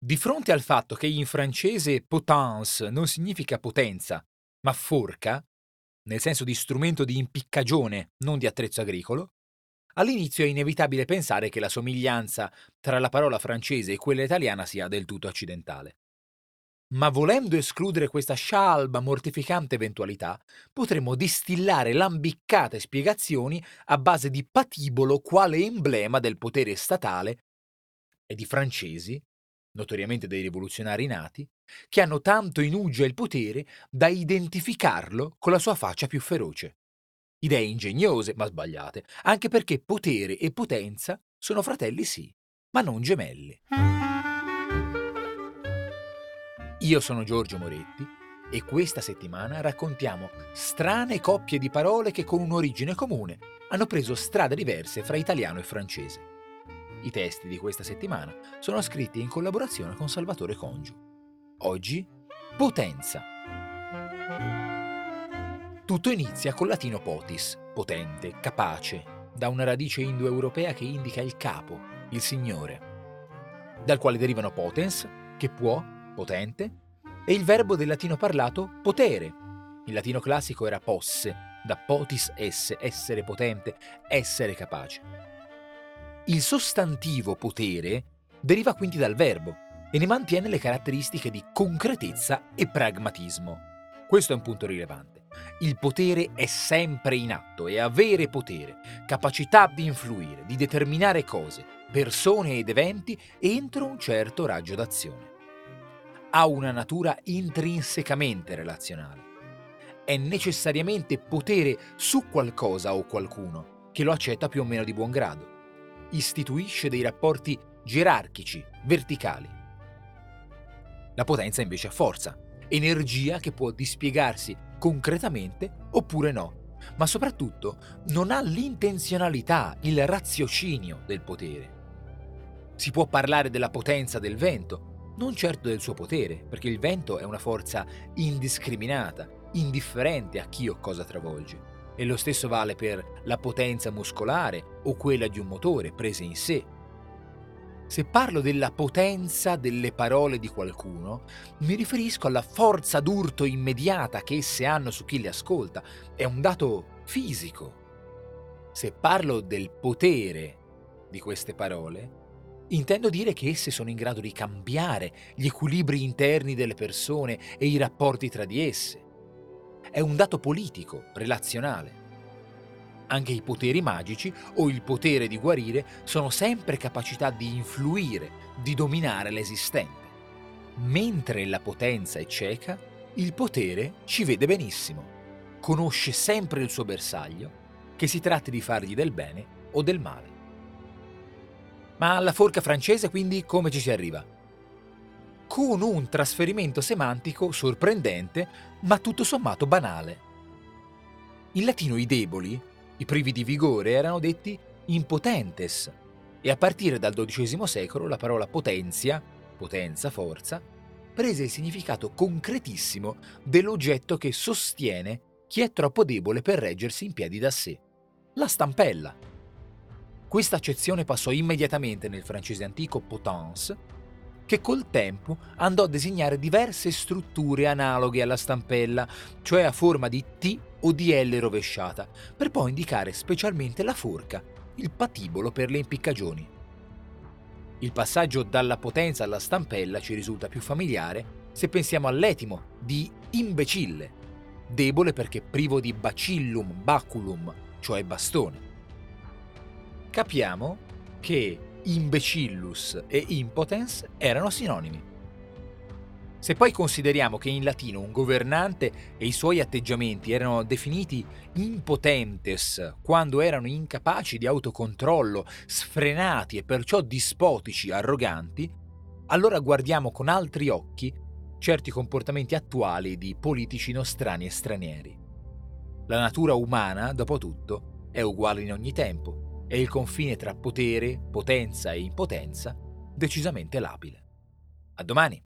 Di fronte al fatto che in francese potence non significa potenza, ma forca, nel senso di strumento di impiccagione, non di attrezzo agricolo, all'inizio è inevitabile pensare che la somiglianza tra la parola francese e quella italiana sia del tutto accidentale. Ma volendo escludere questa scialba, mortificante eventualità, potremmo distillare lambiccate spiegazioni a base di patibolo quale emblema del potere statale e di francesi, notoriamente dei rivoluzionari nati, che hanno tanto in uggia il potere da identificarlo con la sua faccia più feroce. Idee ingegnose, ma sbagliate, anche perché potere e potenza sono fratelli sì, ma non gemelli. Io sono Giorgio Moretti e questa settimana raccontiamo strane coppie di parole che con un'origine comune hanno preso strade diverse fra italiano e francese. I testi di questa settimana sono scritti in collaborazione con Salvatore Congiu. Oggi, potenza. Tutto inizia col latino potis, potente, capace, da una radice indoeuropea che indica il capo, il signore, dal quale derivano potens, che può, potente, e il verbo del latino parlato potere. Il latino classico era posse, da potis esse, essere potente, essere capace. Il sostantivo potere deriva quindi dal verbo e ne mantiene le caratteristiche di concretezza e pragmatismo. Questo è un punto rilevante. Il potere è sempre in atto e avere potere, capacità di influire, di determinare cose, persone ed eventi entro un certo raggio d'azione. Ha una natura intrinsecamente relazionale. È necessariamente potere su qualcosa o qualcuno che lo accetta più o meno di buon grado. Istituisce dei rapporti gerarchici, verticali. La potenza invece ha forza, energia che può dispiegarsi concretamente oppure no, ma soprattutto non ha l'intenzionalità, il raziocinio del potere. Si può parlare della potenza del vento, non certo del suo potere, perché il vento è una forza indiscriminata, indifferente a chi o cosa travolge. E lo stesso vale per la potenza muscolare o quella di un motore prese in sé. Se parlo della potenza delle parole di qualcuno, mi riferisco alla forza d'urto immediata che esse hanno su chi le ascolta. È un dato fisico. Se parlo del potere di queste parole, intendo dire che esse sono in grado di cambiare gli equilibri interni delle persone e i rapporti tra di esse. È un dato politico, relazionale. Anche i poteri magici o il potere di guarire sono sempre capacità di influire, di dominare l'esistente. Mentre la potenza è cieca, il potere ci vede benissimo. Conosce sempre il suo bersaglio, che si tratti di fargli del bene o del male. Ma alla forca francese quindi come ci si arriva? Con un trasferimento semantico sorprendente, ma tutto sommato banale. In latino i deboli, i privi di vigore, erano detti impotentes e a partire dal XII secolo la parola potentia, potenza, forza, prese il significato concretissimo dell'oggetto che sostiene chi è troppo debole per reggersi in piedi da sé, la stampella. Questa accezione passò immediatamente nel francese antico potence, che col tempo andò a designare diverse strutture analoghe alla stampella, cioè a forma di T o di L rovesciata, per poi indicare specialmente la forca, il patibolo per le impiccagioni. Il passaggio dalla potenza alla stampella ci risulta più familiare se pensiamo all'etimo di imbecille, debole perché privo di bacillum, baculum, cioè bastone. Capiamo che imbecillus e impotens erano sinonimi. Se poi consideriamo che in latino un governante e i suoi atteggiamenti erano definiti impotentes quando erano incapaci di autocontrollo, sfrenati e perciò dispotici, arroganti, allora guardiamo con altri occhi certi comportamenti attuali di politici nostrani e stranieri. La natura umana, dopo tutto, è uguale in ogni tempo e il confine tra potere, potenza e impotenza decisamente labile. A domani!